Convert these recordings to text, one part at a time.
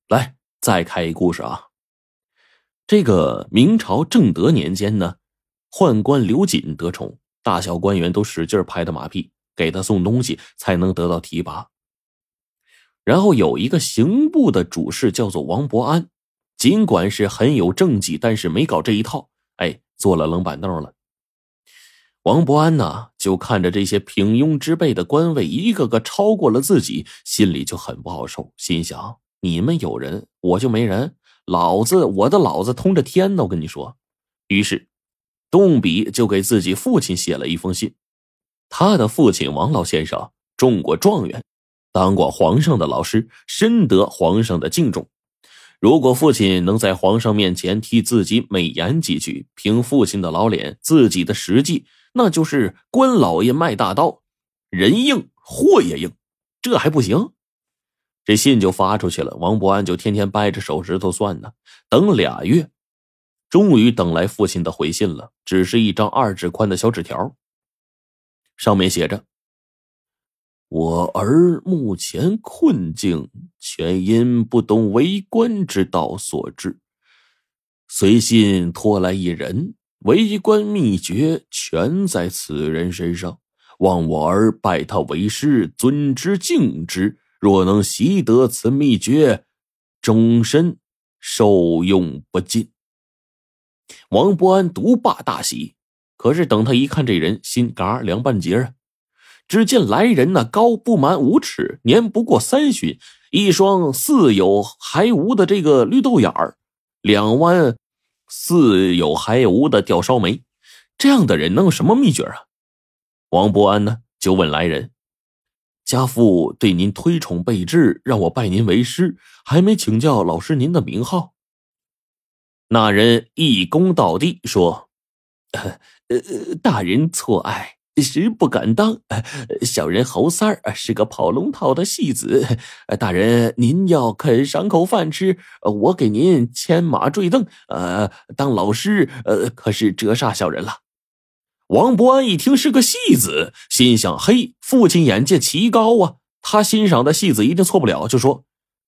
来，再开一故事啊。这个明朝正德年间呢，宦官刘瑾得宠，大小官员都使劲拍他马屁，给他送东西才能得到提拔。然后有一个刑部的主事叫做王伯安，尽管是很有政绩，但是没搞这一套，坐了冷板凳了。王伯安呢，就看着这些平庸之辈的官位一个个超过了自己，心里就很不好受，心想你们有人我就没人，我的老子通着天呢，我跟你说。于是动笔就给自己父亲写了一封信。他的父亲王老先生中过状元，当过皇上的老师，深得皇上的敬重。如果父亲能在皇上面前替自己美言几句，凭父亲的老脸，自己的实际，那就是官老爷卖大刀，人硬货也硬，这还不行？这信就发出去了，王伯安就天天掰着手指头算呢，等2月，终于等来父亲的回信了，只是一张2指宽的小纸条，上面写着：我儿目前困境，全因不懂为官之道所致。随信托来一人，为官秘诀全在此人身上，望我儿拜他为师，尊之敬之。若能习得此秘诀，终身受用不尽。王伯安独霸大喜，可是等他一看这人，心嘎凉半截啊！只见来人呢，高不满5尺，年不过30，一双似有还无的这个绿豆眼儿，2弯似有还无的吊梢眉，这样的人能有什么秘诀啊？王伯安呢，就问来人：家父对您推崇备至，让我拜您为师，还没请教老师您的名号。那人一躬到地说：大人错爱，实不敢当。小人侯三儿是个跑龙套的戏子，大人您要肯赏口饭吃，我给您牵马坠镫，当老师可是折煞小人了。王伯安一听是个戏子，心想嘿，父亲眼界奇高啊，他欣赏的戏子一定错不了，就说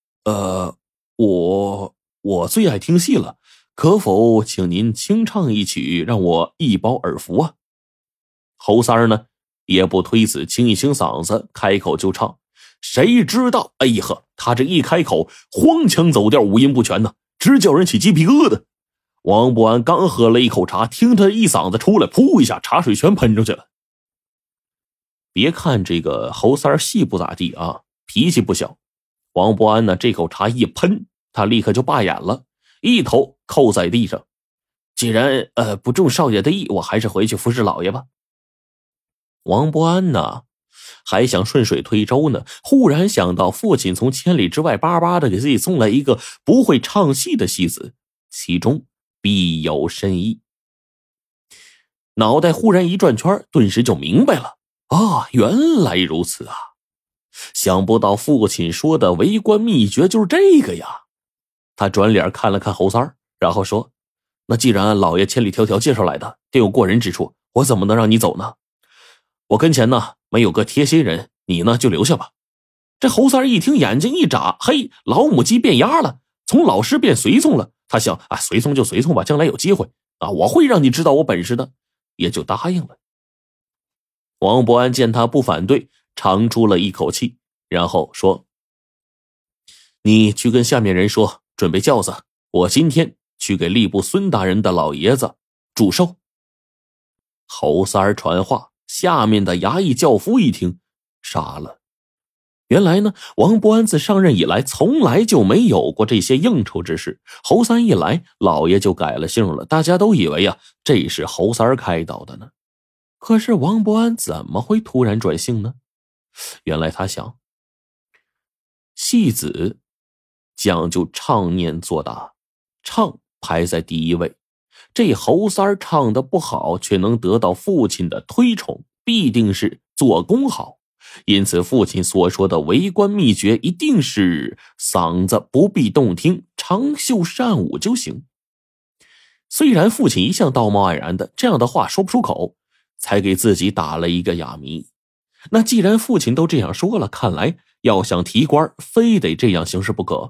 我最爱听戏了，可否请您清唱一曲，让我一饱耳福啊？侯三儿呢也不推辞，清一清嗓子，开口就唱。谁知道他这一开口，荒腔走调，五音不全呢，直叫人起鸡皮疙瘩。王伯安刚喝了一口茶，听他一嗓子出来，噗一下茶水全喷出去了。别看这个侯三儿戏不咋地啊，脾气不小。王伯安呢这口茶一喷，他立刻就罢眼了，一头扣在地上。既然不中少爷的意，我还是回去服侍老爷吧。王伯安呢还想顺水推舟呢，忽然想到父亲从千里之外巴巴的给自己送来一个不会唱戏的戏子，其中必有深意。脑袋忽然一转圈，顿时就明白了原来如此啊！想不到父亲说的为官秘诀就是这个呀。他转脸看了看侯三儿，然后说：那既然老爷千里迢迢介绍来的，定有过人之处，我怎么能让你走呢？我跟前呢没有个贴心人，你呢就留下吧。这侯三儿一听，眼睛一眨，嘿，老母鸡变鸭了，从老师变随从了。他想随从就随从吧，将来有机会我会让你知道我本事的，也就答应了。王伯安见他不反对，长出了一口气，然后说：你去跟下面人说，准备轿子，我今天去给吏部孙大人的老爷子祝寿。侯三儿传话，下面的衙役轿夫一听傻了。原来呢，王伯安自上任以来从来就没有过这些应酬之事，侯三一来，老爷就改了姓了，大家都以为这是侯三开导的呢。可是王伯安怎么会突然转性呢？原来他想，戏子讲究唱念做打，唱排在第一位，这侯三唱得不好，却能得到父亲的推崇，必定是做工好。因此父亲所说的为官秘诀一定是嗓子不必动听，长袖善舞就行。虽然父亲一向道貌岸然的，这样的话说不出口，才给自己打了一个哑谜。那既然父亲都这样说了，看来要想提官非得这样行事不可。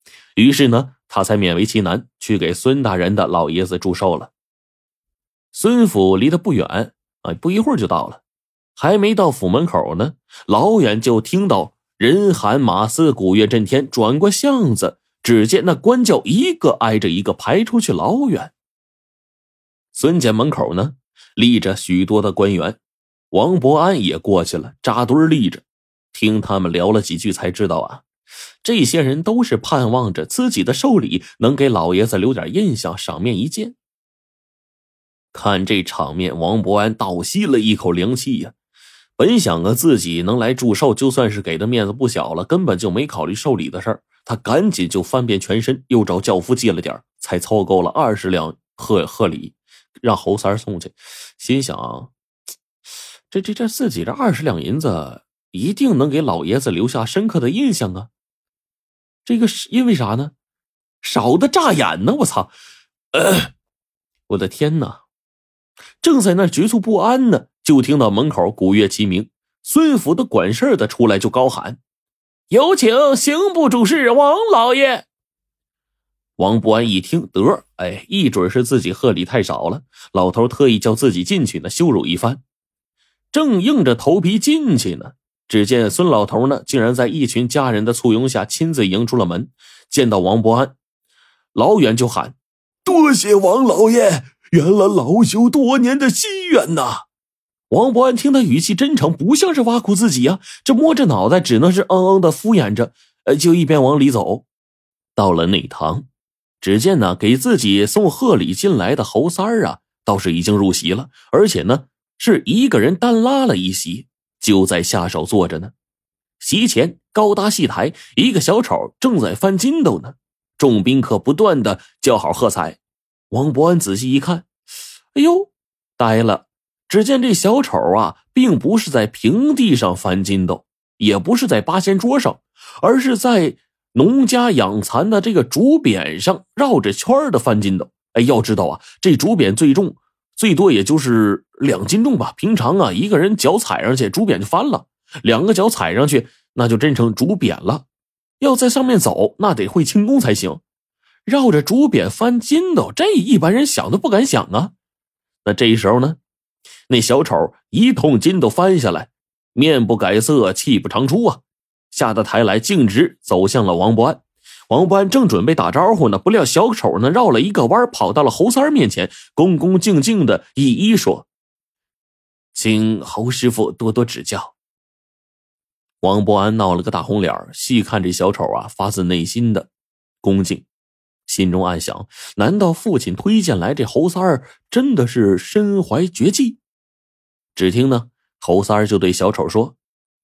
于是呢，他才勉为其难去给孙大人的老爷子祝寿了。孙府离得不远，不一会儿就到了。还没到府门口呢，老远就听到人喊马嘶，鼓乐震天。转过巷子，只见那官轿一个挨着一个排出去老远。孙家门口呢，立着许多的官员，王伯安也过去了，扎堆立着。听他们聊了几句才知道啊，这些人都是盼望着自己的寿礼能给老爷子留点印象，赏面一见。看这场面，王伯安倒吸了一口凉气呀。本想自己能来祝寿，就算是给的面子不小了，根本就没考虑寿礼的事儿。他赶紧就翻遍全身，又找轿夫借了点，才凑够了20两贺礼，让侯三送去。心想，这自己这20两银子一定能给老爷子留下深刻的印象啊。这个是因为啥呢？少的扎眼呢，我操！我的天哪！正在那局促不安呢，就听到门口鼓乐齐鸣，孙府的管事的出来就高喊：“有请刑部主事王老爷。”王伯安一听，得，一准是自己贺礼太少了，老头特意叫自己进去呢，羞辱一番。正硬着头皮进去呢，只见孙老头呢，竟然在一群家人的簇拥下亲自迎出了门。见到王伯安，老远就喊：“多谢王老爷，圆了老朽多年的心愿呐！”王伯安听他语气真诚，不像是挖苦自己啊，这摸着脑袋只能是的敷衍着，就一边往里走。到了内堂，只见呢给自己送贺礼进来的侯三儿啊，倒是已经入席了，而且呢是一个人单拉了一席，就在下手坐着呢。席前高搭戏台，一个小丑正在翻筋斗呢，众宾客不断的叫好喝彩。王伯安仔细一看，哎呦，呆了！只见这小丑啊，并不是在平地上翻筋斗，也不是在八仙桌上，而是在农家养蚕的这个竹匾上绕着圈的翻筋斗。要知道啊，这竹匾最重，最多也就是2斤重吧。平常啊，一个人脚踩上去，竹匾就翻了；2个脚踩上去，那就真成竹匾了。要在上面走，那得会轻功才行。绕着竹匾翻筋斗，这一般人想都不敢想啊。那这时候呢，那小丑一通筋斗翻下来，面不改色，气不长出啊，下得台来，径直走向了王伯安。王伯安正准备打招呼呢，不料小丑呢绕了一个弯，跑到了侯三面前，恭恭敬敬的一一说：“请侯师傅多多指教。”王伯安闹了个大红脸，细看这小丑啊，发自内心的恭敬，心中暗想：难道父亲推荐来这侯三儿真的是身怀绝技？只听呢，侯三儿就对小丑说：“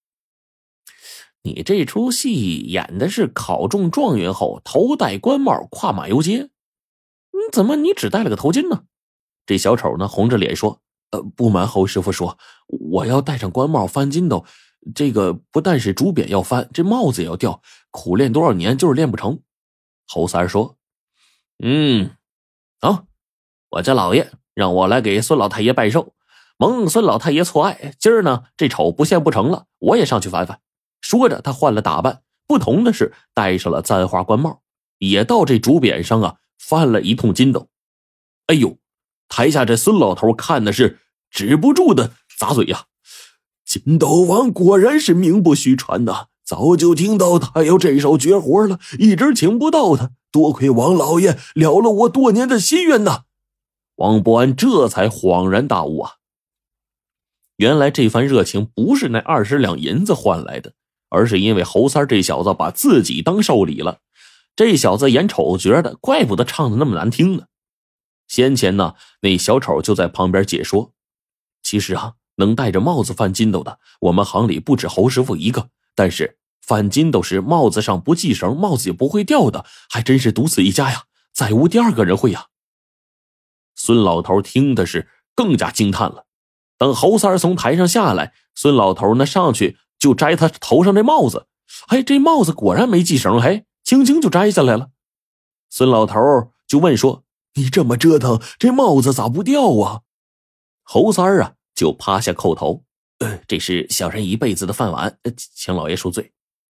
你这出戏演的是考中状元后头戴官帽跨马游街，怎么你只戴了个头巾呢？”这小丑呢红着脸说：“不瞒侯师傅说，我要戴上官帽翻筋斗，这个不但是竹匾要翻，这帽子也要掉，苦练多少年就是练不成。”侯三儿说：“我家老爷让我来给孙老太爷拜寿，蒙孙老太爷错爱，今儿呢这丑不现不成了，我也上去翻翻。”说着他换了打扮，不同的是戴上了簪花官帽，也到这竹匾上啊翻了一通筋斗。哎呦，台下这孙老头看的是止不住的咂嘴呀！筋斗王果然是名不虚传呐，早就听到他有这手绝活了，一直请不到他，多亏王老爷了了我多年的心愿呐。王伯安这才恍然大悟啊，原来这番热情不是那20两银子换来的，而是因为侯三这小子把自己当寿礼了。这小子演丑角的，怪不得唱的那么难听呢。先前呢，那小丑就在旁边解说，其实啊，能戴着帽子翻筋斗的，我们行里不止侯师傅一个，但是翻筋斗时帽子上不系绳，帽子也不会掉的，还真是独此一家呀，再无第二个人会呀。孙老头听的是更加惊叹了。等侯三从台上下来，孙老头呢上去就摘他头上这帽子，这帽子果然没系绳，轻轻就摘下来了。孙老头就问说：“你这么折腾，这帽子咋不掉啊？”侯三啊就趴下叩头：“这是小人一辈子的饭碗，请老爷恕罪。”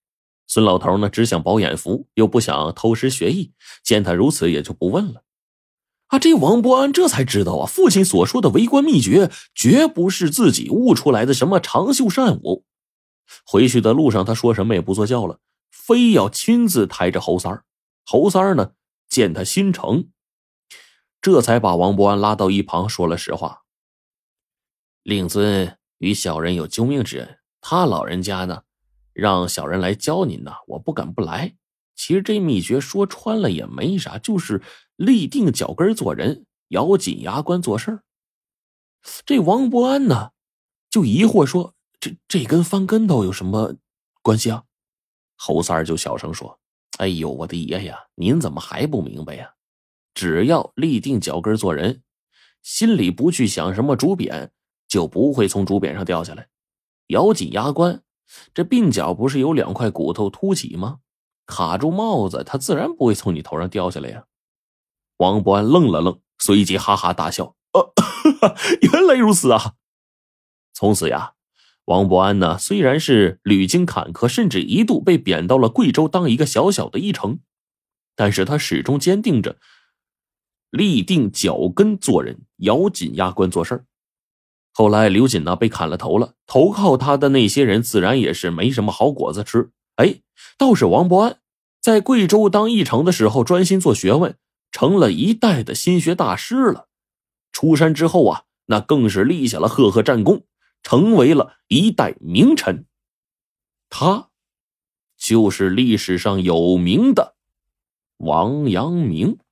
孙老头呢，只想饱眼福，又不想偷师学艺，见他如此，也就不问了。这王伯安这才知道父亲所说的为官秘诀绝不是自己悟出来的什么长袖善舞。回去的路上，他说什么也不坐轿了，非要亲自抬着侯三儿。侯三儿呢，见他心诚，这才把王伯安拉到一旁，说了实话：令尊与小人有救命之恩，他老人家呢，让小人来教您呢，我不敢不来。其实这秘诀说穿了也没啥，就是立定脚跟做人，咬紧牙关做事儿。这王伯安呢，就疑惑说：这跟翻跟头有什么关系啊？侯三儿就小声说：哎呦，我的爷呀，您怎么还不明白呀？只要立定脚跟做人，心里不去想什么竹匾，就不会从竹匾上掉下来。咬紧牙关，这鬓角不是有2块骨头凸起吗？卡住帽子，他自然不会从你头上掉下来呀。王伯安愣了愣，随即哈哈大笑：原来如此啊！从此呀，王伯安呢，虽然是屡经坎坷，甚至一度被贬到了贵州当一个小小的驿丞，但是他始终坚定着立定脚跟做人，咬紧牙关做事儿。后来刘瑾呢被砍了头了，投靠他的那些人自然也是没什么好果子吃。倒是王伯安在贵州当驿丞的时候专心做学问，成了一代的心学大师了。出山之后那更是立下了赫赫战功，成为了一代名臣。他就是历史上有名的王阳明。